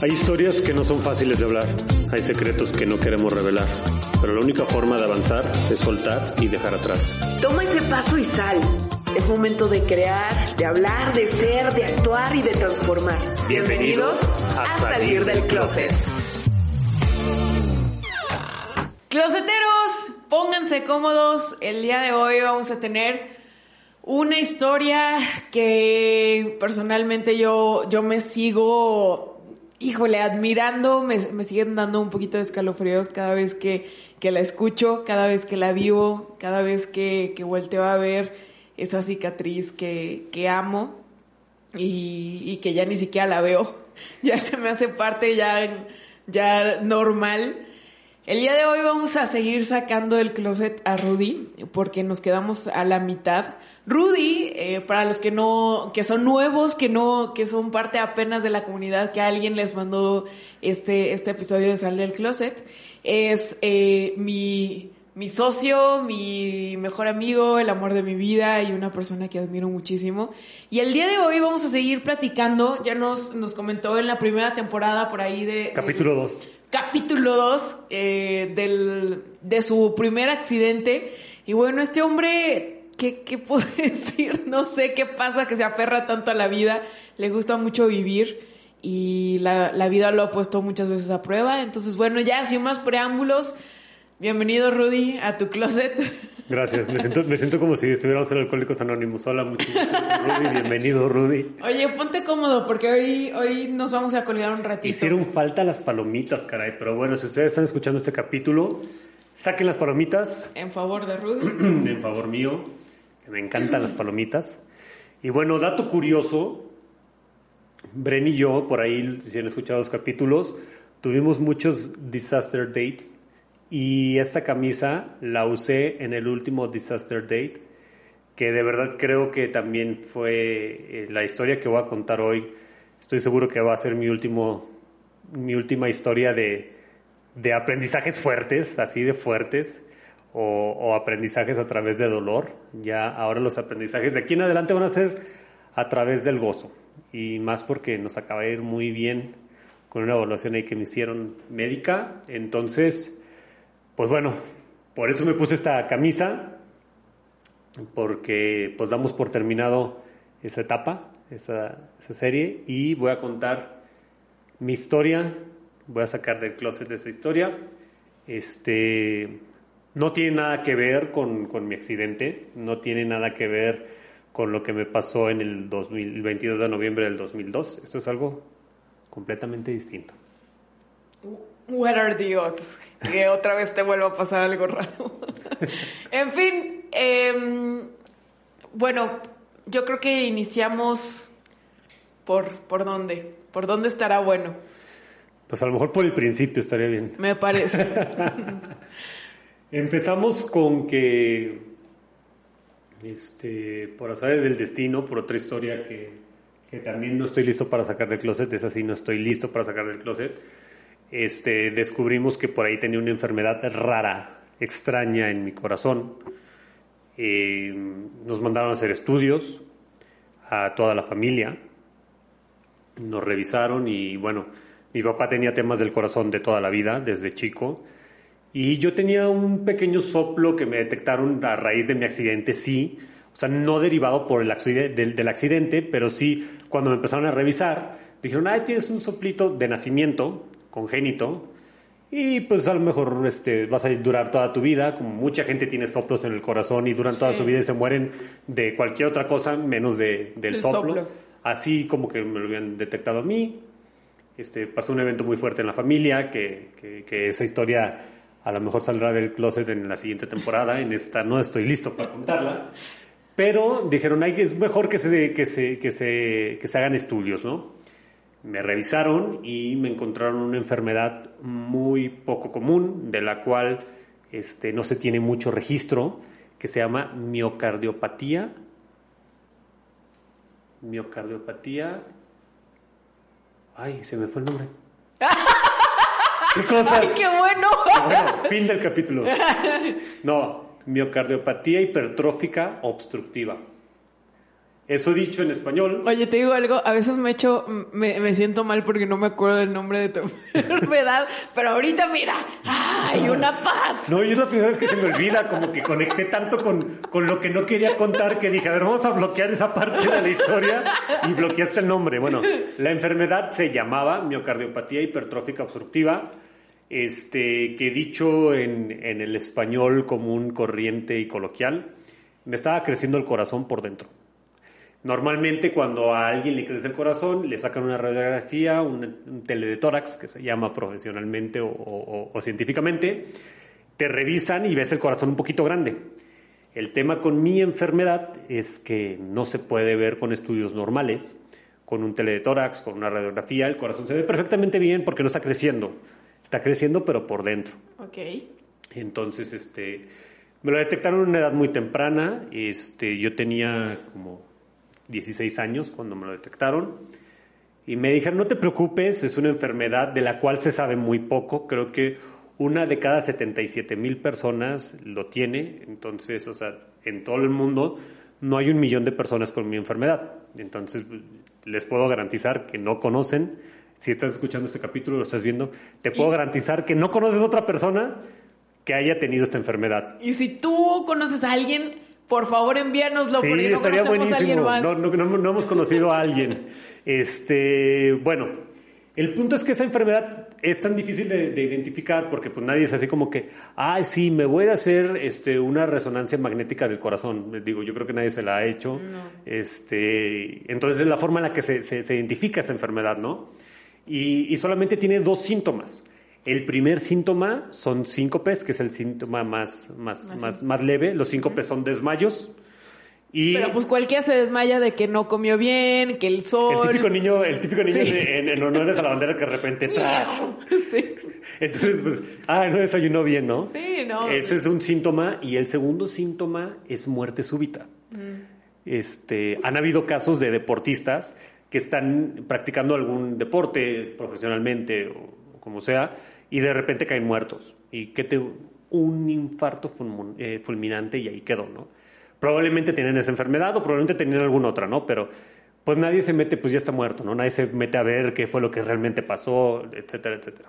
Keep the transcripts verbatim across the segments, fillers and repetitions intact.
Hay historias que no son fáciles de hablar, hay secretos que no queremos revelar, pero la única forma de avanzar es soltar y dejar atrás. Toma ese paso y sal. Es momento de crear, de hablar, de ser, de actuar y de transformar. Bienvenidos a Salir del Closet. Closeteros, pónganse cómodos. El día de hoy vamos a tener una historia que personalmente yo, yo me sigo, híjole, admirando. Me, me siguen dando un poquito de escalofríos cada vez que, que la escucho, cada vez que la vivo, cada vez que, que volteo a ver esa cicatriz que, que amo y, y que ya ni siquiera la veo. Ya se me hace parte ya, ya normal. El día de hoy vamos a seguir sacando del closet a Rudy porque nos quedamos a la mitad. Rudy, eh, para los que no, que son nuevos, que no, que son parte apenas de la comunidad, que alguien les mandó este, este episodio de Sal del Closet, es eh, mi, mi socio, mi mejor amigo, el amor de mi vida y una persona que admiro muchísimo. Y el día de hoy vamos a seguir platicando. Ya nos, nos comentó en la primera temporada por ahí de... Capítulo dos. Capítulo dos eh, del, de su primer accidente. Y bueno, este hombre, ¿qué, qué puedo decir? No sé qué pasa, que se aferra tanto a la vida. Le gusta mucho vivir y la, la vida lo ha puesto muchas veces a prueba. Entonces, bueno, ya sin más preámbulos, bienvenido, Rudy, a tu closet. Gracias, me siento, me siento como si estuviéramos en Alcohólicos Anónimos. Hola, mucho gusto, Rudy, bienvenido, Rudy. Oye, ponte cómodo porque hoy, hoy nos vamos a colgar un ratito. Hicieron falta las palomitas, caray, pero bueno, si ustedes están escuchando este capítulo, saquen las palomitas. En favor de Rudy. En favor mío, que me encantan las palomitas. Y bueno, dato curioso, Bren y yo, por ahí, si han escuchado los capítulos, tuvimos muchos disaster dates. Y esta camisa la usé en el último Disaster Date, que de verdad creo que también fue eh, la historia que voy a contar hoy. Estoy seguro que va a ser mi último, mi última historia de, de aprendizajes fuertes, así de fuertes, o, o aprendizajes a través de dolor. Ya ahora los aprendizajes de aquí en adelante van a ser a través del gozo. Y más porque nos acaba de ir muy bien con una evaluación ahí que me hicieron médica. Entonces... Pues bueno, por eso me puse esta camisa, porque pues damos por terminado esa etapa, esa, esa serie, y voy a contar mi historia, voy a sacar del closet de esa historia. Este, no tiene nada que ver con, con mi accidente, no tiene nada que ver con lo que me pasó en el, dos mil, el veintidós de noviembre del dos mil dos, esto es algo completamente distinto. What are the odds? Que otra vez te vuelva a pasar algo raro. En fin, eh, bueno, yo creo que iniciamos por, ¿por dónde? ¿Por dónde estará bueno? Pues a lo mejor por el principio estaría bien. Me parece. Empezamos con que, este, por azares del destino, por otra historia que, que también no estoy listo para sacar del closet, es así, no estoy listo para sacar del closet. Este, descubrimos que por ahí tenía una enfermedad rara, extraña en mi corazón. Eh, nos mandaron a hacer estudios a toda la familia. Nos revisaron y bueno, mi papá tenía temas del corazón de toda la vida, desde chico. Y yo tenía un pequeño soplo que me detectaron a raíz de mi accidente, sí. O sea, no derivado por el accidente, del, del accidente, pero sí cuando me empezaron a revisar, dijeron, ay, tienes un soplito de nacimiento, congénito, y pues a lo mejor este, vas a durar toda tu vida, como mucha gente tiene soplos en el corazón y duran sí. toda su vida y se mueren de cualquier otra cosa menos de, del soplo. soplo. Así como que me lo habían detectado a mí. Este, pasó un evento muy fuerte en la familia, que, que, que esa historia a lo mejor saldrá del closet en la siguiente temporada. En esta no estoy listo para contarla. Pero dijeron, ay, es mejor que se, que se, que se, que se hagan estudios, ¿no? Me revisaron y me encontraron una enfermedad muy poco común, de la cual este, no se tiene mucho registro, que se llama miocardiopatía. Miocardiopatía. Ay, se me fue el nombre. ¿Qué cosas? ¡Ay, qué bueno! Bueno, fin del capítulo. No, miocardiopatía hipertrófica obstructiva. Eso dicho en español. Oye, te digo algo, a veces me echo, me, me siento mal porque no me acuerdo del nombre de tu enfermedad, pero ahorita mira, ¡ay, una paz! No, y es la primera vez que se me olvida, como que conecté tanto con, con lo que no quería contar que dije, a ver, vamos a bloquear esa parte de la historia y bloqueaste el nombre. Bueno, la enfermedad se llamaba miocardiopatía hipertrófica obstructiva, este, que dicho en, en el español común, corriente y coloquial, me estaba creciendo el corazón por dentro. Normalmente cuando a alguien le crece el corazón, le sacan una radiografía, un, un tele de tórax, que se llama profesionalmente o, o, o científicamente, te revisan y ves el corazón un poquito grande. El tema con mi enfermedad es que no se puede ver con estudios normales, con un tele de tórax, con una radiografía, el corazón se ve perfectamente bien porque no está creciendo. Está creciendo pero por dentro. Ok. Entonces, este, me lo detectaron en una edad muy temprana. Este, yo tenía como dieciséis años cuando me lo detectaron y me dijeron, no te preocupes, es una enfermedad de la cual se sabe muy poco, creo que una de cada setenta y siete mil personas lo tiene, entonces, o sea, en todo el mundo no hay un millón de personas con mi enfermedad, entonces les puedo garantizar que no conocen, si estás escuchando este capítulo, lo estás viendo, te puedo garantizar que no conoces otra persona que haya tenido esta enfermedad. Y si tú conoces a alguien, por favor, envíanoslo, sí, porque no estaría conocemos buenísimo. a alguien más. No, no, no, no hemos conocido a alguien. Este, bueno, el punto es que esa enfermedad es tan difícil de, de identificar porque pues nadie es así como que, ay, sí, me voy a hacer este, una resonancia magnética del corazón. Digo, yo creo que nadie se la ha hecho. No. Este, entonces es la forma en la que se, se, se identifica esa enfermedad, ¿no? Y, y solamente tiene dos síntomas. El primer síntoma son síncopes, que es el síntoma más, más, más, más, más leve. Los síncopes uh-huh. son desmayos. Y pero pues cualquiera se desmaya de que no comió bien, que el sol... El típico niño, el típico niño sí. de, en, en honores a la bandera que de repente... ¡tras! Sí. Entonces, pues, ah, no desayunó bien, ¿no? Sí, no. Ese es un síntoma. Y el segundo síntoma es muerte súbita. Mm. Este, han habido casos de deportistas que están practicando algún deporte profesionalmente o como sea... y de repente caen muertos. Y que te un infarto fulmun, eh, fulminante y ahí quedó, ¿no? Probablemente tienen esa enfermedad o probablemente tenían alguna otra, ¿no? Pero pues nadie se mete, pues ya está muerto, ¿no? Nadie se mete a ver qué fue lo que realmente pasó, etcétera, etcétera.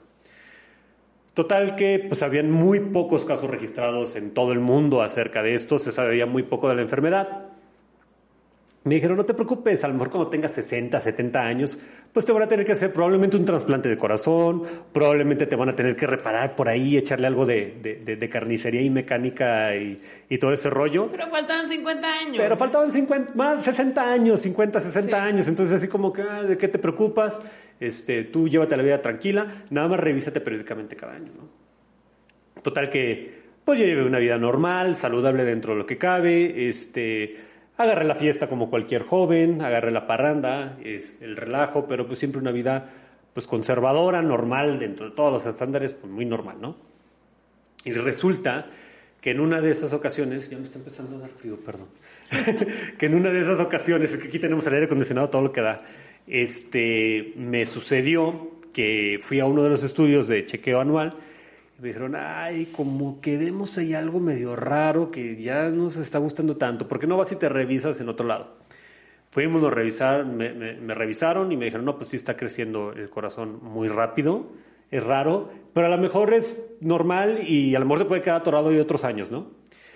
Total que pues habían muy pocos casos registrados en todo el mundo acerca de esto, se sabía muy poco de la enfermedad. Me dijeron, no te preocupes, a lo mejor cuando tengas sesenta, setenta años, pues te van a tener que hacer probablemente un trasplante de corazón, probablemente te van a tener que reparar por ahí, echarle algo de, de, de, de carnicería y mecánica y, y todo ese rollo. Pero faltaban cincuenta años. Pero faltaban cincuenta, más sesenta años, cincuenta, sesenta sí. años. Entonces así como que, ah, ¿de qué te preocupas? Este, tú llévate la vida tranquila, nada más revísate periódicamente cada año, ¿no? Total que, pues yo llevé una vida normal, saludable dentro de lo que cabe, este... Agarré la fiesta como cualquier joven, agarré la parranda, es, el relajo, pero pues siempre una vida pues conservadora, normal, dentro de todos los estándares, pues muy normal, ¿no? Y resulta que en una de esas ocasiones, ya me está empezando a dar frío, perdón, que en una de esas ocasiones, es que aquí tenemos el aire acondicionado, todo lo que da, este, me sucedió que fui a uno de los estudios de chequeo anual. Me dijeron, ay, como que vemos ahí algo medio raro que ya no se está gustando tanto. ¿Por qué no vas y te revisas en otro lado? Fuimos a revisar, me, me, me revisaron y me dijeron, no, pues sí está creciendo el corazón muy rápido, es raro, pero a lo mejor es normal y a lo mejor se puede quedar atorado y otros años, ¿no?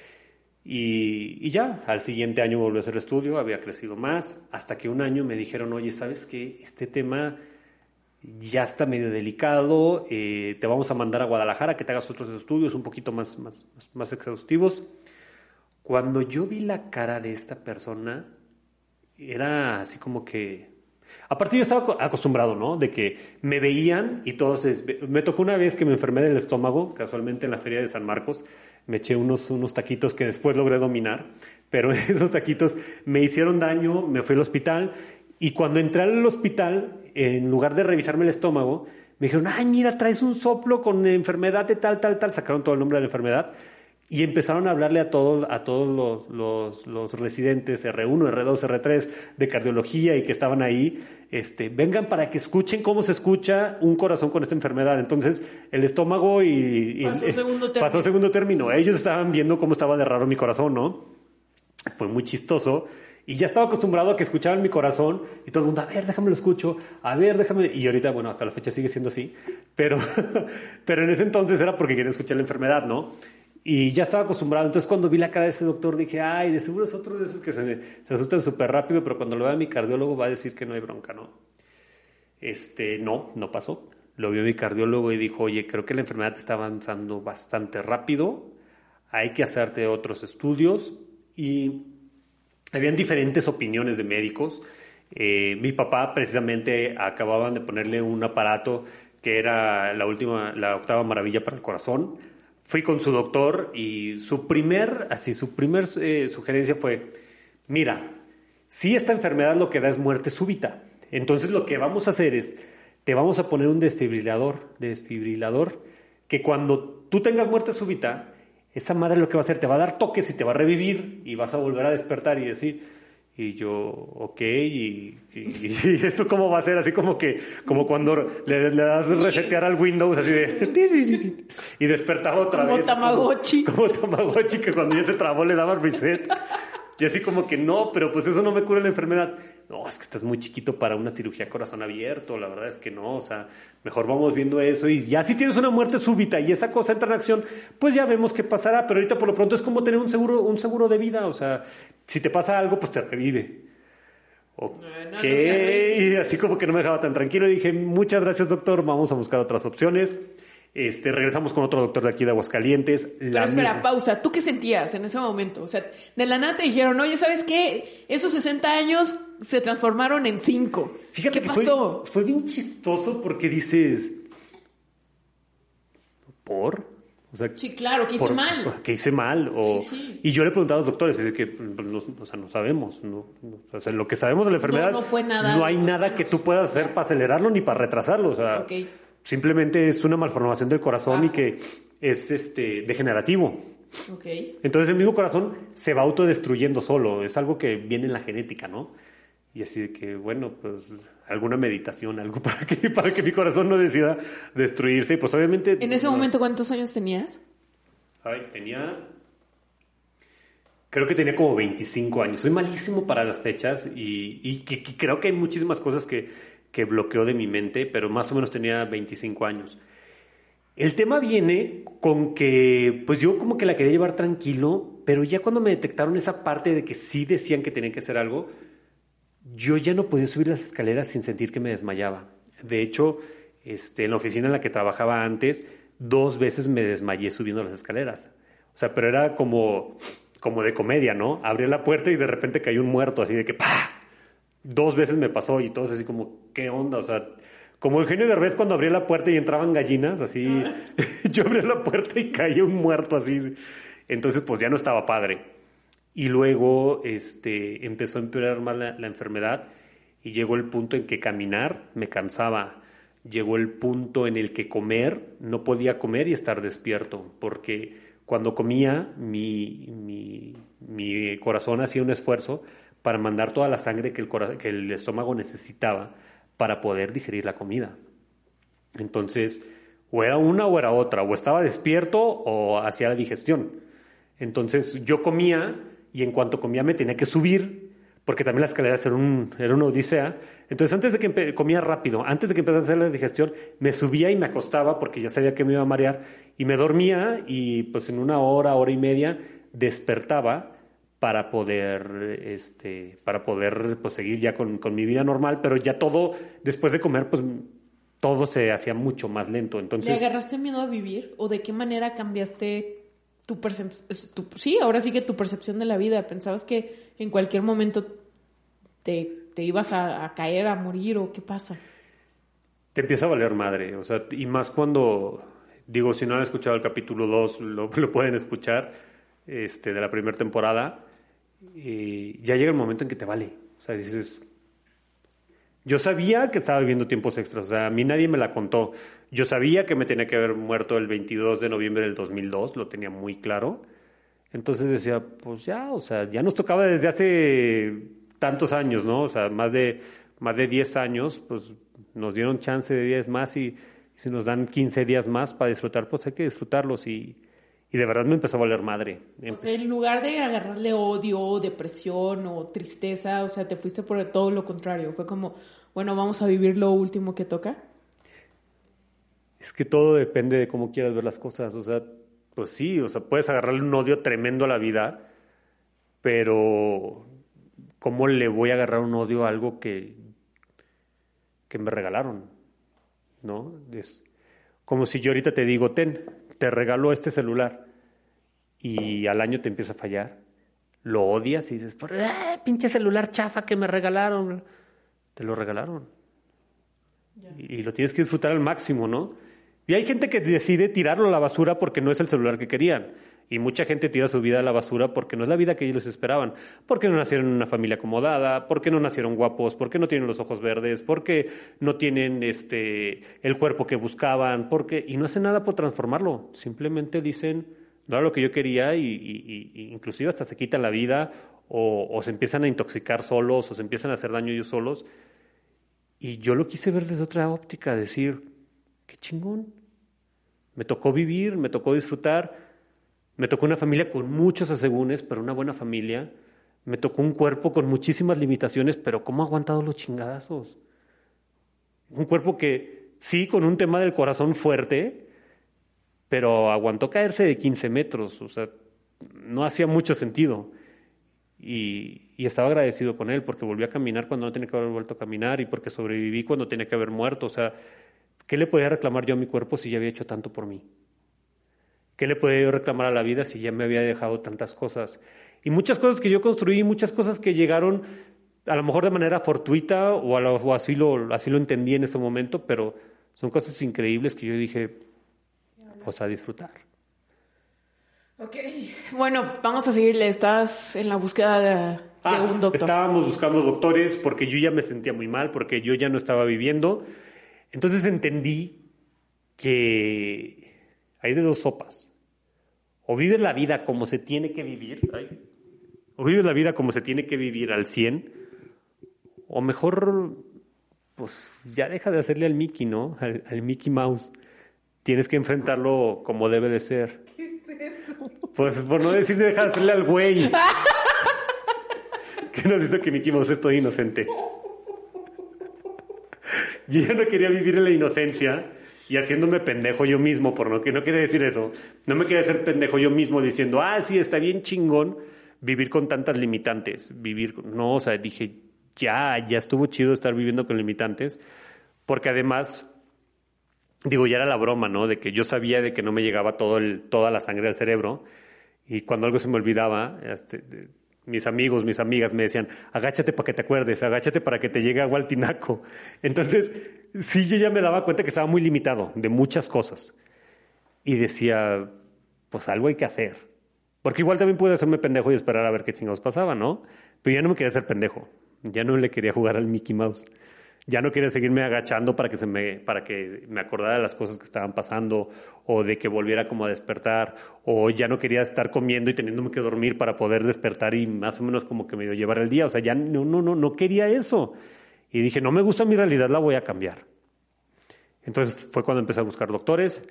Y, y ya, al siguiente año volví a hacer el estudio, había crecido más, hasta que un año me dijeron, oye, ¿sabes qué? Este tema... ya está medio delicado, eh, te vamos a mandar a Guadalajara que te hagas otros estudios un poquito más, más, más exhaustivos. Cuando yo vi la cara de esta persona, era así como que... Aparte yo estaba acostumbrado, ¿no? De que me veían y todos... Es... Me tocó una vez que me enfermé del estómago, casualmente en la feria de San Marcos, me eché unos, unos taquitos que después logré dominar, pero esos taquitos me hicieron daño, me fui al hospital... Y cuando entré al hospital, en lugar de revisarme el estómago, me dijeron, ay, mira, traes un soplo con enfermedad de tal, tal, tal. Sacaron todo el nombre de la enfermedad y empezaron a hablarle a, todo, a todos los, los, los residentes erre uno, erre dos, erre tres de cardiología y que estaban ahí. Este, vengan para que escuchen cómo se escucha un corazón con esta enfermedad. Entonces, el estómago y... y pasó, eh, segundo término. pasó segundo término. Ellos estaban viendo cómo estaba de raro mi corazón, ¿no? Fue muy chistoso. Y ya estaba acostumbrado a que escuchaban mi corazón y todo el mundo, a ver, déjame lo escucho, a ver, déjame... Y ahorita, bueno, hasta la fecha sigue siendo así, pero, pero en ese entonces era porque quería escuchar la enfermedad, ¿no? Y ya estaba acostumbrado. Entonces, cuando vi la cara de ese doctor, dije, ay, de seguro es otro de esos que se, se asustan súper rápido, pero cuando lo vea mi cardiólogo va a decir que no hay bronca, ¿no? Este, no, no pasó. Lo vio mi cardiólogo y dijo, oye, creo que la enfermedad está avanzando bastante rápido, hay que hacerte otros estudios. Y habían diferentes opiniones de médicos. Eh, mi papá precisamente acababan de ponerle un aparato que era la última, la octava maravilla para el corazón. Fui con su doctor y su primer, así, su primer eh, sugerencia fue, mira, si esta enfermedad lo que da es muerte súbita, entonces lo que vamos a hacer es, te vamos a poner un desfibrilador, desfibrilador, que cuando tú tengas muerte súbita, esa madre lo que va a hacer, te va a dar toques y te va a revivir y vas a volver a despertar y decir, y yo, ok, y, y, y esto cómo va a ser, así como que, como cuando le, le das resetear al Windows, así de, y despertaba otra como vez. Tamagotchi. Como, como Tamagotchi, que cuando ya se trabó le daba reset. Y así como que no, pero pues eso no me cura la enfermedad. No, es que estás muy chiquito para una cirugía corazón abierto, la verdad es que no, o sea, mejor vamos viendo eso y ya si tienes una muerte súbita y esa cosa entra en acción, pues ya vemos qué pasará, pero ahorita por lo pronto es como tener un seguro, un seguro de vida, o sea, si te pasa algo, pues te revive. Ok, no, no y así como que no me dejaba tan tranquilo y dije, muchas gracias doctor, vamos a buscar otras opciones. Este, regresamos con otro doctor de aquí de Aguascalientes. Pero espera, misma. pausa. ¿Tú qué sentías en ese momento? O sea, de la nada te dijeron, oye, ¿sabes qué? Esos sesenta años se transformaron en cinco. Fíjate ¿Qué que pasó? Fue, fue bien chistoso porque dices, ¿por? O sea, sí, claro, que hice por, mal. Que hice mal. O, sí, sí. Y yo le he preguntado a los doctores, es que no, o sea, no sabemos. No, no, o sea, lo que sabemos de la enfermedad, no, no, fue nada no hay nada manos. que tú puedas hacer para acelerarlo ni para retrasarlo. O sea, okay. Simplemente es una malformación del corazón ah, y que es este, degenerativo. Okay. Entonces el mismo corazón se va autodestruyendo solo. Es algo que viene en la genética, ¿no? Y así de que, bueno, pues alguna meditación, algo para que, para que mi corazón no decida destruirse. Y pues obviamente... ¿En ese no. momento cuántos años tenías? Ay, tenía... Creo que tenía como veinticinco años. Soy malísimo para las fechas y, y, y, y creo que hay muchísimas cosas que... que bloqueó de mi mente, pero más o menos tenía veinticinco años. El tema viene con que, pues yo como que la quería llevar tranquilo, pero ya cuando me detectaron esa parte de que sí decían que tenían que hacer algo, yo ya no podía subir las escaleras sin sentir que me desmayaba. De hecho, este, en la oficina en la que trabajaba antes, dos veces me desmayé subiendo las escaleras. O sea, pero era como, como de comedia, ¿no? Abría la puerta y de repente cayó un muerto, así de que ¡pah! Dos veces me pasó y todos así como, ¿qué onda? O sea, como Eugenio Derbez cuando abría la puerta y entraban gallinas, así, yo abría la puerta y caía un muerto así. Entonces, pues ya no estaba padre. Y luego este, empezó a empeorar más la, la enfermedad y llegó el punto en que caminar me cansaba. Llegó el punto en el que comer, no podía comer y estar despierto, porque cuando comía, mi, mi, mi corazón hacía un esfuerzo para mandar toda la sangre que el, cora- que el estómago necesitaba para poder digerir la comida. Entonces, o era una o era otra, o estaba despierto o hacía la digestión. Entonces, yo comía y en cuanto comía me tenía que subir, porque también las escaleras eran, un, era una odisea. Entonces, antes de que empe- comía rápido, antes de que empezara a hacer la digestión, me subía y me acostaba porque ya sabía que me iba a marear y me dormía y pues en una hora, hora y media despertaba para poder, este, para poder pues, seguir ya con, con mi vida normal, pero ya todo, después de comer, pues todo se hacía mucho más lento. Entonces, ¿le agarraste miedo a vivir? ¿O de qué manera cambiaste tu percepción? Sí, ahora sí que tu percepción de la vida. ¿Pensabas que en cualquier momento te, te ibas a, a caer, a morir o qué pasa? Te empieza a valer madre, o sea, y más cuando, digo, si no han escuchado el capítulo dos, lo, lo pueden escuchar, este, de la primera temporada. Y ya llega el momento en que te vale. O sea, dices, yo sabía que estaba viviendo tiempos extras. O sea, a mí nadie me la contó. Yo sabía que me tenía que haber muerto el veintidós de noviembre del dos mil dos. Lo tenía muy claro. Entonces decía, pues ya, o sea, ya nos tocaba desde hace tantos años, ¿no? O sea, más de, más de diez años, pues nos dieron chance de diez más y, y si nos dan quince días más para disfrutar, pues hay que disfrutarlos y... Y de verdad me empezó a valer madre. O sea, en lugar de agarrarle odio, depresión o tristeza, o sea, te fuiste por todo lo contrario. Fue como, bueno, vamos a vivir lo último que toca. Es que todo depende de cómo quieras ver las cosas. O sea, pues sí, o sea, puedes agarrarle un odio tremendo a la vida, pero ¿cómo le voy a agarrar un odio a algo que, que me regalaron? ¿No? Es como si yo ahorita te digo, ten, te regalo este celular y al año te empieza a fallar. Lo odias y dices, ¡ah, pinche celular chafa que me regalaron! Te lo regalaron. Yeah. Y, y lo tienes que disfrutar al máximo, ¿no? Y hay gente que decide tirarlo a la basura porque no es el celular que querían. Y mucha gente tira su vida a la basura porque no es la vida que ellos esperaban. Porque no nacieron en una familia acomodada, porque no nacieron guapos, porque no tienen los ojos verdes, porque no tienen este, el cuerpo que buscaban, porque y no hacen nada por transformarlo. Simplemente dicen, no era lo que yo quería y, y, y inclusive hasta se quitan la vida o, o se empiezan a intoxicar solos o se empiezan a hacer daño ellos solos. Y yo lo quise ver desde otra óptica, decir, qué chingón. Me tocó vivir, me tocó disfrutar. Me tocó una familia con muchos asegúnes, pero una buena familia. Me tocó un cuerpo con muchísimas limitaciones, pero ¿cómo ha aguantado los chingadazos? Un cuerpo que, sí, con un tema del corazón fuerte, pero aguantó caerse de quince metros. O sea, no hacía mucho sentido. Y, y estaba agradecido con él porque volví a caminar cuando no tenía que haber vuelto a caminar y porque sobreviví cuando tenía que haber muerto. O sea, ¿qué le podía reclamar yo a mi cuerpo si ya había hecho tanto por mí? ¿Qué le podía yo reclamar a la vida si ya me había dejado tantas cosas? Y muchas cosas que yo construí, muchas cosas que llegaron a lo mejor de manera fortuita o, a lo, o así, lo, así lo entendí en ese momento, pero son cosas increíbles que yo dije, pues a disfrutar. Ok, bueno, vamos a seguirle. Estás en la búsqueda de, de ah, un doctor. Estábamos buscando doctores porque yo ya me sentía muy mal, porque yo ya no estaba viviendo. Entonces entendí que hay de dos sopas. O vives la vida como se tiene que vivir, ay, o vives la vida como se tiene que vivir al cien, o mejor, pues ya deja de hacerle al Mickey, ¿no? Al, al Mickey Mouse. Tienes que enfrentarlo como debe de ser. ¿Qué es eso? Pues por no decir deja de hacerle al güey. ¿Qué no has visto que Mickey Mouse es todo inocente? Yo ya no quería vivir en la inocencia y haciéndome pendejo yo mismo, por no que no quiere decir eso. No me quería hacer pendejo yo mismo diciendo, ah, sí, está bien chingón vivir con tantas limitantes. Vivir, no, o sea, dije, ya, ya estuvo chido estar viviendo con limitantes, porque además, digo, ya era la broma, ¿no? De que yo sabía de que no me llegaba todo el, toda la sangre al cerebro y cuando algo se me olvidaba, este, mis amigos, mis amigas me decían, agáchate para que te acuerdes, agáchate para que te llegue agua al tinaco. Entonces, sí, yo ya me daba cuenta que estaba muy limitado de muchas cosas. Y decía, pues algo hay que hacer. Porque igual también pude hacerme pendejo y esperar a ver qué chingados pasaba, ¿no? Pero ya no me quería hacer pendejo. Ya no le quería jugar al Mickey Mouse. Ya no quería seguirme agachando para que, se me, para que me acordara de las cosas que estaban pasando o de que volviera como a despertar, o ya no quería estar comiendo y teniéndome que dormir para poder despertar y más o menos como que medio llevar el día. O sea, ya no, no, no, no quería eso. Y dije, no me gusta mi realidad, la voy a cambiar. Entonces fue cuando empecé a buscar doctores.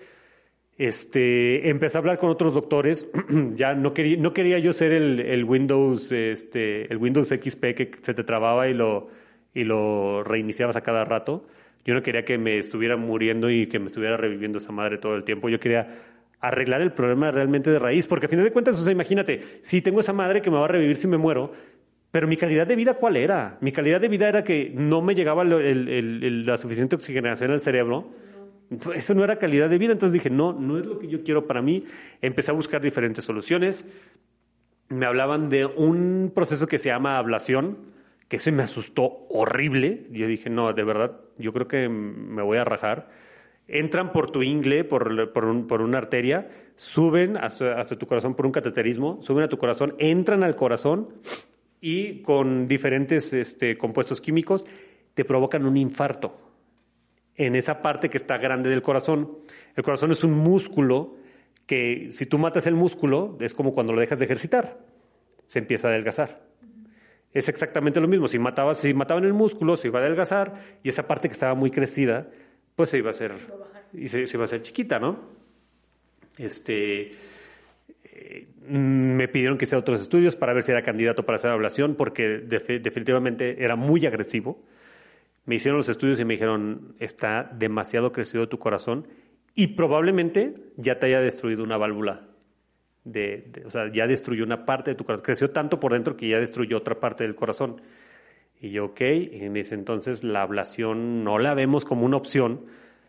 Este, empecé a hablar con otros doctores. Ya no quería, no quería yo ser el, el Windows, este, el Windows X P que se te trababa y lo... y lo reiniciabas a cada rato. Yo no quería que me estuviera muriendo y que me estuviera reviviendo esa madre todo el tiempo. Yo quería arreglar el problema realmente de raíz, porque a final de cuentas, o sea, imagínate, sí, tengo esa madre que me va a revivir si me muero, pero mi calidad de vida, ¿cuál era? Mi calidad de vida era que no me llegaba el, el, el, la suficiente oxigenación al cerebro. Eso no era calidad de vida. Entonces dije, no, no es lo que yo quiero para mí. Empecé a buscar diferentes soluciones. Me hablaban de un proceso que se llama ablación, que ese me asustó horrible. Yo dije, no, de verdad, yo creo que me voy a rajar. Entran por tu ingle, por, por, un, por una arteria, suben hasta, hasta tu corazón por un cateterismo, suben a tu corazón, entran al corazón y con diferentes este, compuestos químicos te provocan un infarto en esa parte que está grande del corazón. El corazón es un músculo que si tú matas el músculo, es como cuando lo dejas de ejercitar, se empieza a adelgazar. Es exactamente lo mismo. Si mataban, si mataban el músculo, se iba a adelgazar y esa parte que estaba muy crecida, pues se iba a hacer, y se, se iba a hacer chiquita, ¿no? Este, eh, me pidieron que hiciera otros estudios para ver si era candidato para hacer ablación, porque def- definitivamente era muy agresivo. Me hicieron los estudios y me dijeron, está demasiado crecido tu corazón y probablemente ya te haya destruido una válvula. De, de, o sea, ya destruyó una parte de tu corazón. Creció tanto por dentro que ya destruyó otra parte del corazón. Y yo, ok. Y me dice, entonces la ablación no la vemos como una opción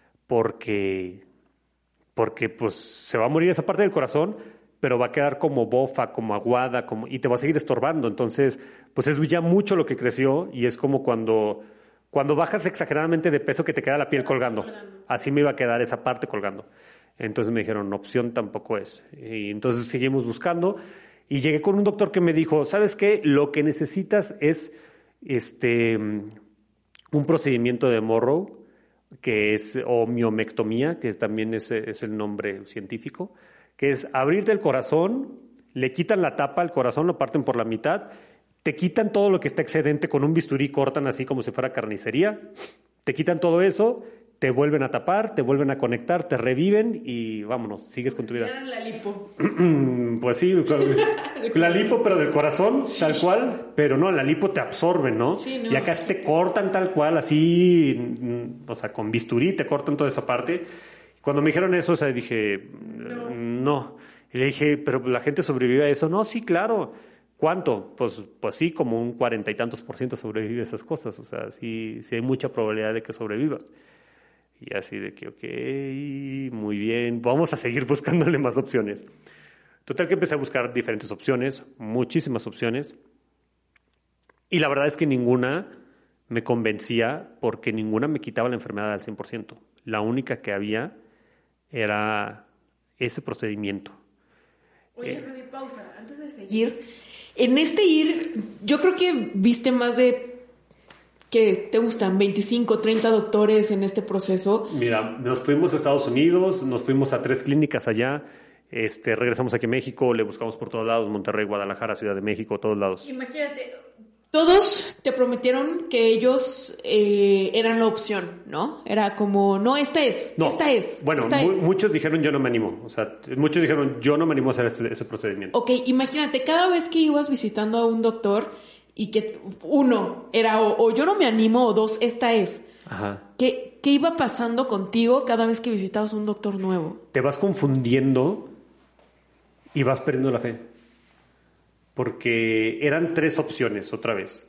porque, porque pues se va a morir esa parte del corazón, pero va a quedar como bofa, como aguada, como, y te va a seguir estorbando. Entonces, pues es ya mucho lo que creció y es como cuando... Cuando bajas exageradamente de peso que te queda la piel colgando. Así me iba a quedar esa parte colgando. Entonces me dijeron, opción tampoco es. Y entonces seguimos buscando y llegué con un doctor que me dijo, ¿sabes qué? Lo que necesitas es este, un procedimiento de Morrow, que es o miomectomía, que también es, es el nombre científico, que es abrirte el corazón, le quitan la tapa al corazón, lo parten por la mitad, te quitan todo lo que está excedente con un bisturí, cortan así como si fuera carnicería, te quitan todo eso, te vuelven a tapar, te vuelven a conectar, te reviven y vámonos, sigues con tu vida. Era la lipo. Pues sí, claro, la lipo pero del corazón, sí. Tal cual, pero no, la lipo te absorben, ¿no? Sí, no. Y acá te cortan tal cual, así, o sea, con bisturí te cortan toda esa parte. Cuando me dijeron eso, o sea, dije, no. no. Y le dije, pero la gente sobrevive a eso. No, sí, claro. ¿Cuánto? Pues, pues sí, como un cuarenta y tantos por ciento sobrevive a esas cosas. O sea, sí, sí hay mucha probabilidad de que sobrevivas. Y así de que, ok, muy bien, vamos a seguir buscándole más opciones. Total que empecé a buscar diferentes opciones, muchísimas opciones. Y la verdad es que ninguna me convencía porque ninguna me quitaba la enfermedad al cien por ciento. La única que había era ese procedimiento. Oye, eh, Rudy, pausa. Antes de seguir, en este ir, yo creo que viste más de... ¿Qué te gustan? ¿veinticinco, treinta doctores en este proceso? Mira, nos fuimos a Estados Unidos, nos fuimos a tres clínicas allá, este, regresamos aquí a México, le buscamos por todos lados, Monterrey, Guadalajara, Ciudad de México, todos lados. Imagínate, todos te prometieron que ellos eh, eran la opción, ¿no? Era como, no, esta es, no, esta es. Bueno, esta mu- es. muchos dijeron yo no me animo, o sea, muchos dijeron yo no me animo a hacer ese, ese procedimiento. Ok, imagínate, cada vez que ibas visitando a un doctor... y que uno era o, o yo no me animo o dos, esta es. Ajá. ¿Qué, ¿Qué iba pasando contigo cada vez que visitabas un doctor nuevo? Te vas confundiendo y vas perdiendo la fe. Porque eran tres opciones otra vez.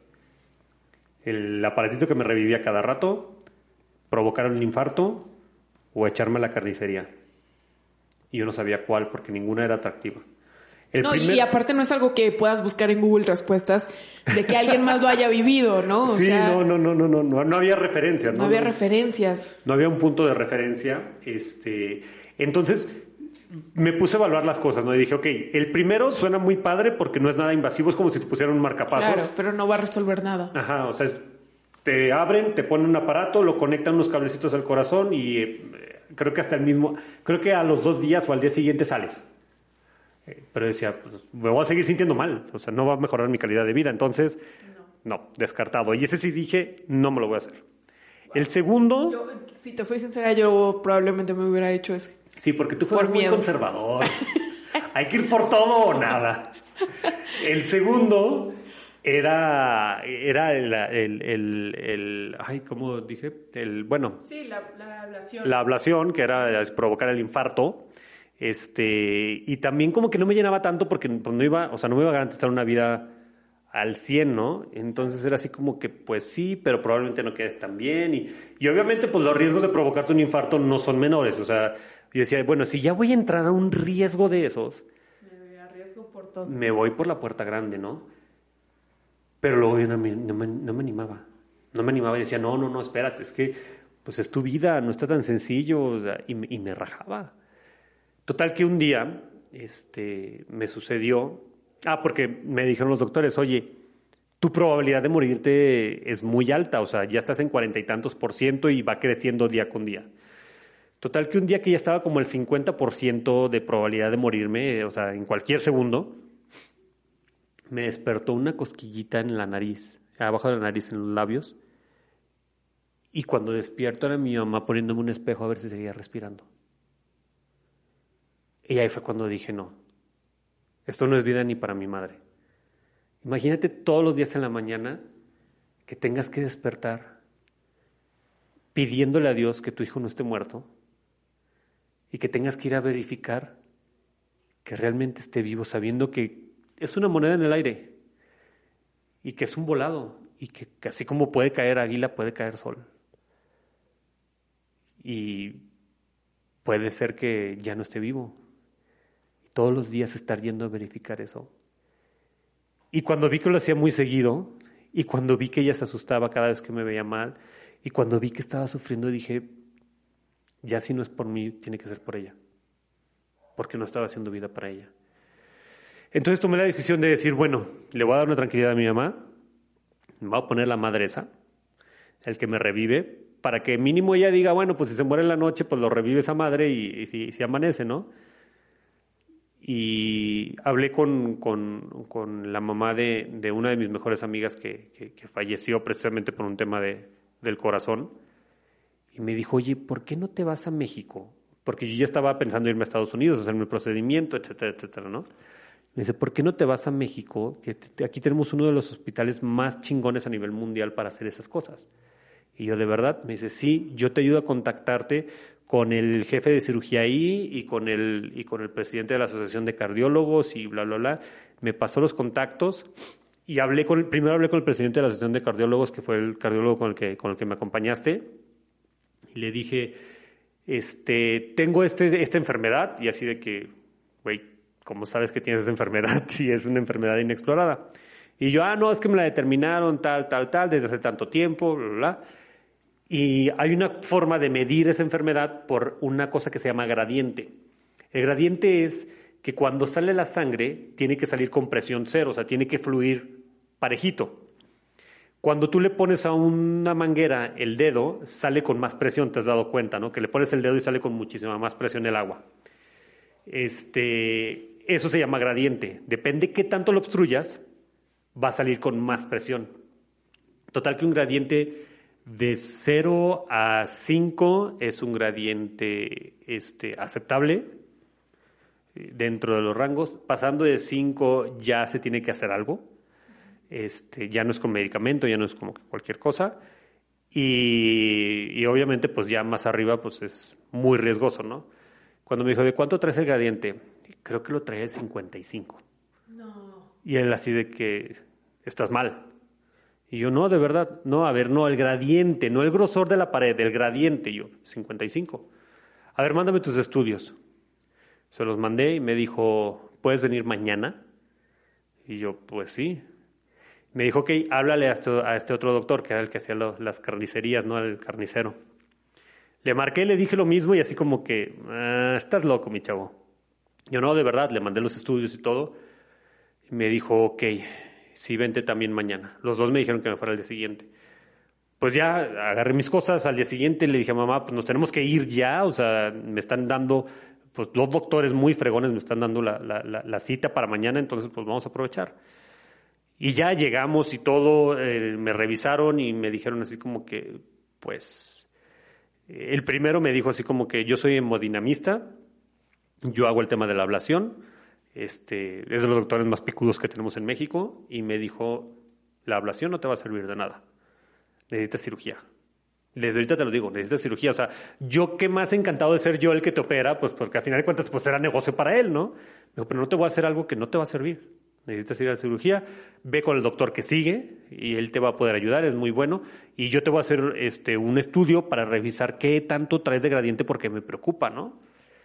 El aparatito que me revivía cada rato, provocar un infarto o echarme a la carnicería. Y yo no sabía cuál porque ninguna era atractiva. El no, primer... y aparte no es algo que puedas buscar en Google respuestas de que alguien más lo haya vivido, ¿no? O sí, sea, no, no, no, no, no, no, no había referencias. No, no había no, referencias. No había un punto de referencia. Este, entonces me puse a evaluar las cosas, ¿no? Y dije, ok, el primero suena muy padre porque no es nada invasivo, es como si te pusieran un marcapasos. Claro, pero no va a resolver nada. Ajá, o sea, es, te abren, te ponen un aparato, lo conectan unos cablecitos al corazón y eh, creo que hasta el mismo, creo que a los dos días o al día siguiente sales. Pero decía, pues, me voy a seguir sintiendo mal, o sea, no va a mejorar mi calidad de vida. Entonces, no, no descartado. Y ese sí dije, no me lo voy a hacer. Wow. El segundo... Yo, si te soy sincera, yo probablemente me hubiera hecho ese. Sí, porque tú fueras muy conservador. Hay que ir por todo o nada. El segundo era, era el, el, el, el... Ay, ¿cómo dije? El, bueno... Sí, la, la ablación. La ablación, que era provocar el infarto. Este, y también como que no me llenaba tanto porque pues, no iba, o sea, no me iba a garantizar una vida al cien, ¿no? Entonces era así como que, pues sí, pero probablemente no quedes tan bien. Y, y obviamente, pues los riesgos de provocarte un infarto no son menores. O sea, yo decía, bueno, si ya voy a entrar a un riesgo de esos, me arriesgo por todo. Me voy por la puerta grande, ¿no? Pero luego yo no me, no me, no me animaba. No me animaba y decía, no, no, no, espérate, es que pues es tu vida, no está tan sencillo. O sea, y, y me rajaba. Total que un día este, me sucedió... Ah, porque me dijeron los doctores, oye, tu probabilidad de morirte es muy alta, o sea, ya estás en cuarenta y tantos por ciento y va creciendo día con día. Total que un día que ya estaba como el cincuenta por ciento de probabilidad de morirme, o sea, en cualquier segundo, me despertó una cosquillita en la nariz, abajo de la nariz, en los labios, y cuando despierto era mi mamá poniéndome un espejo a ver si seguía respirando. Y ahí fue cuando dije, no, Esto no es vida ni para mi madre. Imagínate todos los días en la mañana que tengas que despertar pidiéndole a Dios que tu hijo no esté muerto y que tengas que ir a verificar que realmente esté vivo, sabiendo que es una moneda en el aire y que es un volado y que, que así como puede caer águila, puede caer sol. Y puede ser que ya no esté vivo. Todos los días estar yendo a verificar eso. Y cuando vi que lo hacía muy seguido, y cuando vi que ella se asustaba cada vez que me veía mal, y cuando vi que estaba sufriendo, dije, ya si no es por mí, tiene que ser por ella. Porque no estaba haciendo vida para ella. Entonces tomé la decisión de decir, bueno, le voy a dar una tranquilidad a mi mamá, me voy a poner la madre esa, el que me revive, para que mínimo ella diga, bueno, pues si se muere en la noche, pues lo revive esa madre y, y si, si amanece, ¿no? Y hablé con, con, con la mamá de, de una de mis mejores amigas que, que, que falleció precisamente por un tema de, del corazón. Y me dijo, oye, ¿por qué no te vas a México? Porque yo ya estaba pensando irme a Estados Unidos, hacerme el procedimiento, etcétera, etcétera, ¿no? Me dice, ¿por qué no te vas a México? Que te, aquí tenemos uno de los hospitales más chingones a nivel mundial para hacer esas cosas. Y yo, ¿de verdad? Me dice, sí, yo te ayudo a contactarte con el jefe de cirugía ahí y con el, y con el presidente de la Asociación de Cardiólogos y bla, bla, bla. Me pasó los contactos y hablé con, primero hablé con el presidente de la Asociación de Cardiólogos, que fue el cardiólogo con el que, con el que me acompañaste, y le dije, este, tengo este, esta enfermedad, y así de que, güey, ¿cómo sabes que tienes esa enfermedad si es una enfermedad inexplorada? Y yo, ah, no, es que me la determinaron tal, tal, tal, desde hace tanto tiempo, bla, bla, bla. Y hay una forma de medir esa enfermedad por una cosa que se llama gradiente. El gradiente es que cuando sale la sangre tiene que salir con presión cero, o sea, tiene que fluir parejito. Cuando tú le pones a una manguera el dedo, sale con más presión, te has dado cuenta, ¿no? Que le pones el dedo y sale con muchísima más presión el agua. Este, eso se llama gradiente. Depende qué tanto lo obstruyas, va a salir con más presión. Total que un gradiente de cero a cinco es un gradiente este, aceptable dentro de los rangos. Pasando de cinco ya se tiene que hacer algo. Este, ya no es con medicamento, ya no es como que cualquier cosa. Y, y obviamente pues ya más arriba pues es muy riesgoso, ¿no? Cuando me dijo, ¿de cuánto traes el gradiente? Creo que lo traía de cincuenta y cinco. No. Y él así de que estás mal. Y yo, no, de verdad, no, a ver, no, el gradiente, no el grosor de la pared, el gradiente. Y yo, cincuenta y cinco. A ver, mándame tus estudios. Se los mandé y me dijo, ¿puedes venir mañana? Y yo, pues sí. Me dijo, ok, háblale a este, a este otro doctor, que era el que hacía lo, las carnicerías, no el carnicero. Le marqué, le dije lo mismo y así como que, ah, estás loco, mi chavo. Yo, no, de verdad, le mandé los estudios y todo. Y me dijo, ok, sí, vente también mañana. Los dos me dijeron que me fuera al día siguiente. Pues ya agarré mis cosas al día siguiente, le dije a mamá, pues nos tenemos que ir ya, o sea, me están dando, pues dos doctores muy fregones me están dando la, la, la, la cita para mañana, entonces pues vamos a aprovechar. Y ya llegamos y todo, eh, me revisaron y me dijeron así como que, pues, eh, el primero me dijo así como que yo soy hemodinamista, yo hago el tema de la ablación, Este, es de los doctores más picudos que tenemos en México, y me dijo, la ablación no te va a servir de nada, necesitas cirugía. Desde ahorita te lo digo, necesitas cirugía. O sea, yo qué más encantado de ser yo el que te opera, pues porque al final de cuentas pues era negocio para él, ¿no? Me dijo, pero no te voy a hacer algo que no te va a servir, necesitas ir a la cirugía, ve con el doctor que sigue y él te va a poder ayudar, es muy bueno, y yo te voy a hacer este, un estudio para revisar qué tanto traes de gradiente porque me preocupa, ¿no?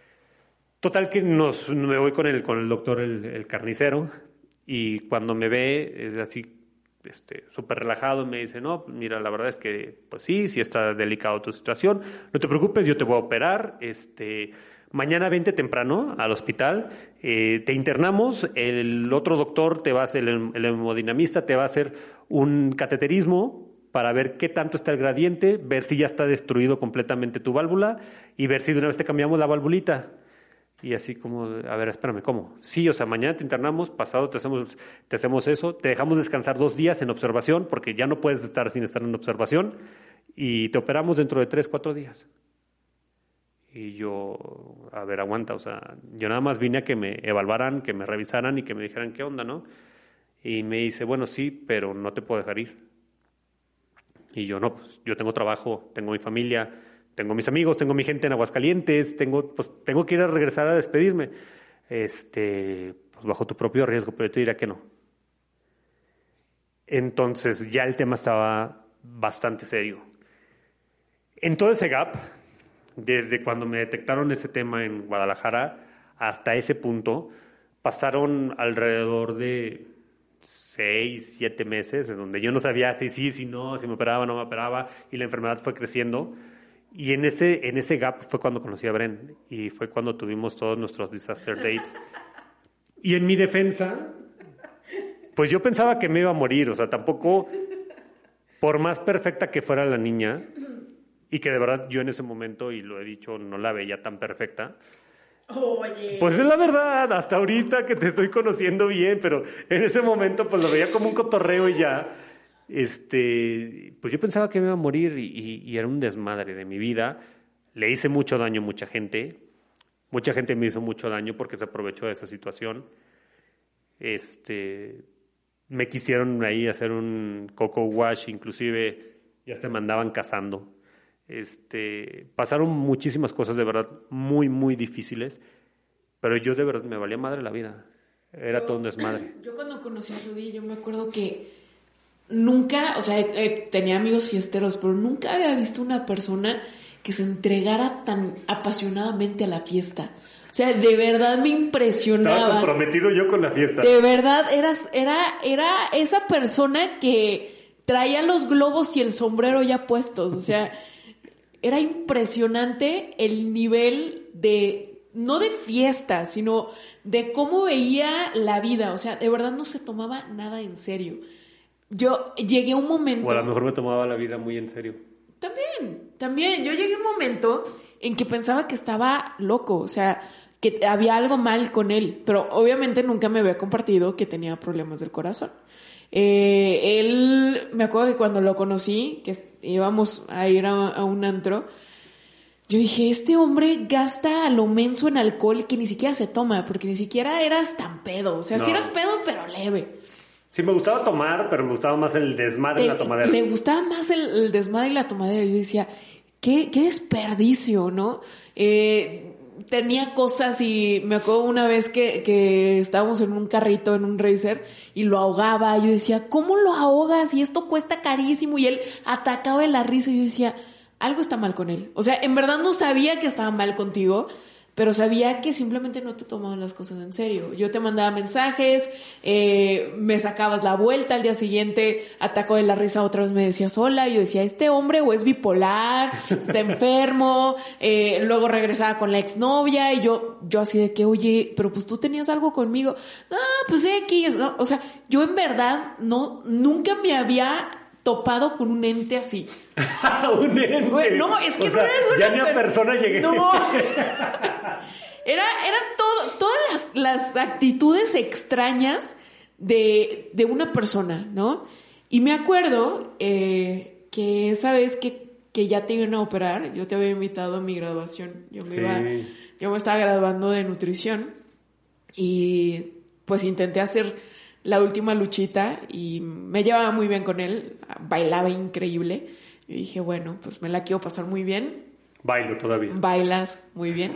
Total que nos, me voy con el, con el doctor, el, el carnicero, y cuando me ve es así este, súper relajado, me dice, no, mira, la verdad es que pues sí, sí está delicado tu situación, no te preocupes, yo te voy a operar, este, mañana vente temprano al hospital, eh, te internamos, el otro doctor te va a hacer, el, el hemodinamista te va a hacer un cateterismo para ver qué tanto está el gradiente, ver si ya está destruido completamente tu válvula y ver si de una vez te cambiamos la valvulita. Y así como, a ver, espérame, ¿cómo? Sí, o sea, mañana te internamos, pasado te hacemos, te hacemos eso, te dejamos descansar dos días en observación, porque ya no puedes estar sin estar en observación, y te operamos dentro de tres, cuatro días. Y yo, a ver, aguanta, o sea, yo nada más vine a que me evaluaran, que me revisaran y que me dijeran qué onda, ¿no? Y me dice, bueno, sí, pero no te puedo dejar ir. Y yo, no, pues yo tengo trabajo, tengo mi familia, tengo mis amigos, tengo mi gente en Aguascalientes, tengo, pues tengo que ir a regresar a despedirme. Este, pues bajo tu propio riesgo, pero yo te diría que no. Entonces ya el tema estaba bastante serio. En todo ese gap, desde cuando me detectaron ese tema en Guadalajara hasta ese punto, pasaron alrededor de seis, siete meses en donde yo no sabía si sí, si no, si me operaba o no me operaba, y la enfermedad fue creciendo. Y en ese, en ese gap fue cuando conocí a Bren, y fue cuando tuvimos todos nuestros disaster dates. Y en mi defensa, pues yo pensaba que me iba a morir, o sea, tampoco, por más perfecta que fuera la niña, y que de verdad yo en ese momento, y lo he dicho, no la veía tan perfecta. Oye. Pues es la verdad, hasta ahorita que te estoy conociendo bien, pero en ese momento pues lo veía como un cotorreo y ya. Este, pues yo pensaba que me iba a morir y, y, y era un desmadre de mi vida. Le hice mucho daño a mucha gente. Mucha gente me hizo mucho daño porque se aprovechó de esa situación. Este, me quisieron ahí hacer un coco wash, inclusive ya se me andaban casando. Este, pasaron muchísimas cosas de verdad muy, muy difíciles, pero yo de verdad me valía madre la vida. Era yo, todo un desmadre. Yo cuando conocí a Rudy, yo me acuerdo que nunca, o sea, eh, tenía amigos fiesteros, pero nunca había visto una persona que se entregara tan apasionadamente a la fiesta. O sea, de verdad me impresionaba. Estaba comprometido yo con la fiesta. De verdad, eras, era, era esa persona que traía los globos y el sombrero ya puestos. O sea, era impresionante el nivel de, no de fiesta, sino de cómo veía la vida. O sea, de verdad no se tomaba nada en serio. Yo llegué a un momento... O a lo mejor me tomaba la vida muy en serio. También, también. Yo llegué a un momento en que pensaba que estaba loco, o sea, que había algo mal con él. Pero obviamente nunca me había compartido que tenía problemas del corazón. Eh, él, me acuerdo que cuando lo conocí, que íbamos a ir a, a un antro, yo dije, este hombre gasta a lo menso en alcohol que ni siquiera se toma, porque ni siquiera eras tan pedo. O sea, no. Sí eras pedo, pero leve. Sí, me gustaba tomar, pero me gustaba más el desmadre y la tomadera. Le gustaba más el, el desmadre y la tomadera. Yo decía, qué, qué desperdicio, ¿no? Eh, tenía cosas y me acuerdo una vez que, que estábamos en un carrito, en un racer, y lo ahogaba. Yo decía, ¿cómo lo ahogas? Y esto cuesta carísimo. Y él atacaba de la risa. Y yo decía, algo está mal con él. O sea, en verdad no sabía que estaba mal contigo, pero sabía que simplemente no te tomaban las cosas en serio. Yo te mandaba mensajes, eh, me sacabas la vuelta, al día siguiente atacó de la risa, otra vez me decías hola, y yo decía, este hombre o es bipolar, está enfermo, eh, luego regresaba con la exnovia, y yo, yo así de que, oye, pero pues tú tenías algo conmigo. Ah, pues X, ¿no? O sea, yo en verdad no, nunca me había topado con un ente así. Un ente. Bueno, no, es que o no sea, eres una ya ni a per- persona llegué. No. Era, eran todo, todas las, las actitudes extrañas de, de una persona, ¿no? Y me acuerdo eh, que esa vez que, que ya te iban a operar, yo te había invitado a mi graduación. Yo me sí. iba, yo me estaba graduando de nutrición y pues intenté hacer la última luchita y me llevaba muy bien con él, bailaba increíble. Y dije, bueno, pues me la quiero pasar muy bien. Bailo todavía. Bailas muy bien.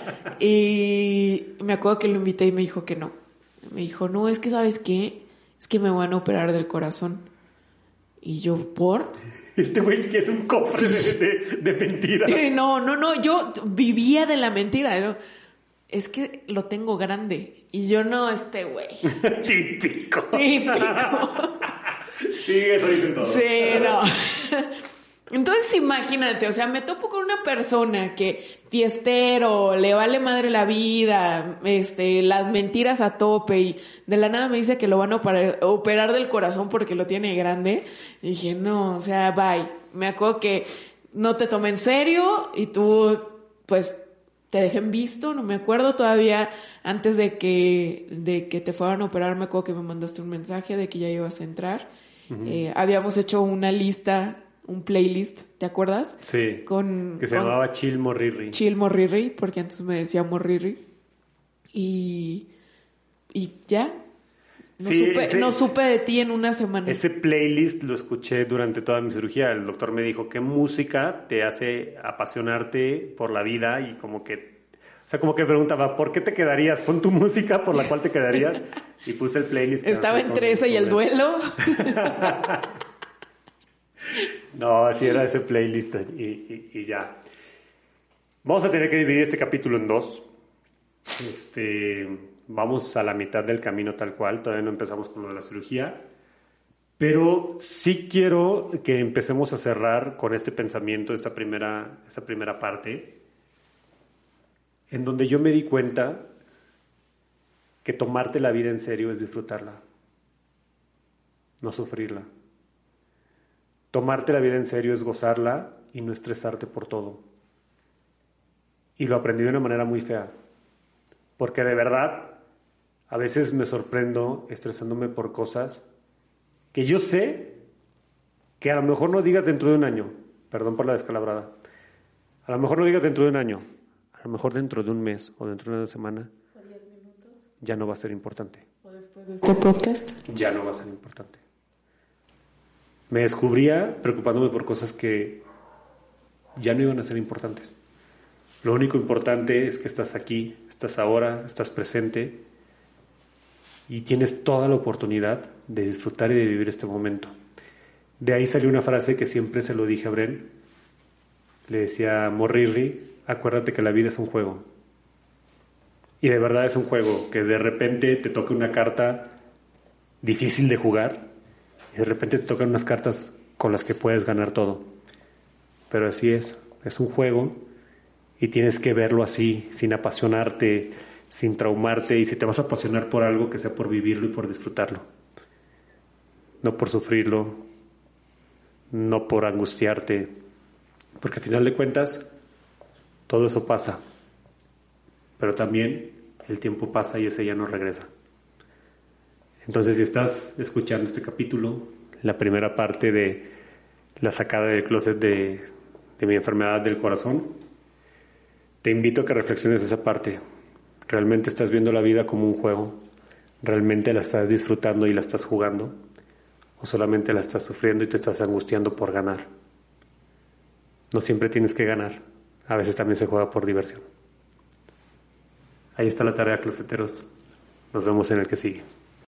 Y me acuerdo que lo invité y me dijo que no. Me dijo, no, es que ¿sabes qué? Es que me van a operar del corazón. Y yo, ¿por? Este güey que es un cofre de, de, de mentiras. No, no, no, yo vivía de la mentira, ¿no? Es que lo tengo grande. Y yo no, este güey. Típico. Típico. Sí, eso dicen todos. Sí, no. Entonces imagínate, o sea, me topo con una persona que fiestero, le vale madre la vida, este, las mentiras a tope, y de la nada me dice que lo van a operar, operar del corazón porque lo tiene grande. Y dije, no, o sea, bye. Me acuerdo que no te tomé en serio y tú, pues, te dejé en visto, no me acuerdo todavía, antes de que, de que te fueran a operar, me acuerdo que me mandaste un mensaje de que ya ibas a entrar. Uh-huh. Eh, habíamos hecho una lista un playlist, ¿te acuerdas? Sí, con, que se con llamaba Chill Morrirri. Chill Morrirri, porque antes me decía Morrirri. Y, y ya, no, Sí, supe, ese- no supe de ti en una semana. Ese playlist lo escuché durante toda mi cirugía. El doctor me dijo, ¿qué música te hace apasionarte por la vida? Y como que, o sea, como que preguntaba, ¿por qué te quedarías? Pon tu música por la cual te quedarías. Y puse el playlist. que Estaba hace entre con- ese y el con él. duelo. No, así era ese playlist y, y, y ya. Vamos a tener que dividir este capítulo en dos. Este, vamos a la mitad del camino tal cual. Todavía no empezamos con lo de la cirugía. Pero sí quiero que empecemos a cerrar con este pensamiento, esta primera, esta primera parte, en donde yo me di cuenta que tomarte la vida en serio es disfrutarla, no sufrirla. Tomarte la vida en serio es gozarla y no estresarte por todo. Y lo aprendí de una manera muy fea, porque de verdad a veces me sorprendo estresándome por cosas que yo sé que a lo mejor no digas dentro de un año, perdón por la descalabrada, a lo mejor no digas dentro de un año, a lo mejor dentro de un mes o dentro de una semana, ya no va a ser importante. O después de este podcast. Ya no va a ser importante. Me descubría preocupándome por cosas que ya no iban a ser importantes. Lo único importante es que estás aquí, estás ahora, estás presente y tienes toda la oportunidad de disfrutar y de vivir este momento. De ahí salió una frase que siempre se lo dije a Bren. Le decía a Morrirri, acuérdate que la vida es un juego. Y de verdad es un juego, que de repente te toca una carta difícil de jugar y de repente te tocan unas cartas con las que puedes ganar todo. Pero así es, es un juego y tienes que verlo así, sin apasionarte, sin traumarte, y si te vas a apasionar por algo, que sea por vivirlo y por disfrutarlo. No por sufrirlo, no por angustiarte, porque al final de cuentas todo eso pasa, pero también el tiempo pasa y ese ya no regresa. Entonces, si estás escuchando este capítulo, la primera parte de la sacada del closet de, de mi enfermedad del corazón, te invito a que reflexiones esa parte. ¿Realmente estás viendo la vida como un juego? ¿Realmente la estás disfrutando y la estás jugando? ¿O solamente la estás sufriendo y te estás angustiando por ganar? No siempre tienes que ganar. A veces también se juega por diversión. Ahí está la tarea, closeteros. Nos vemos en el que sigue.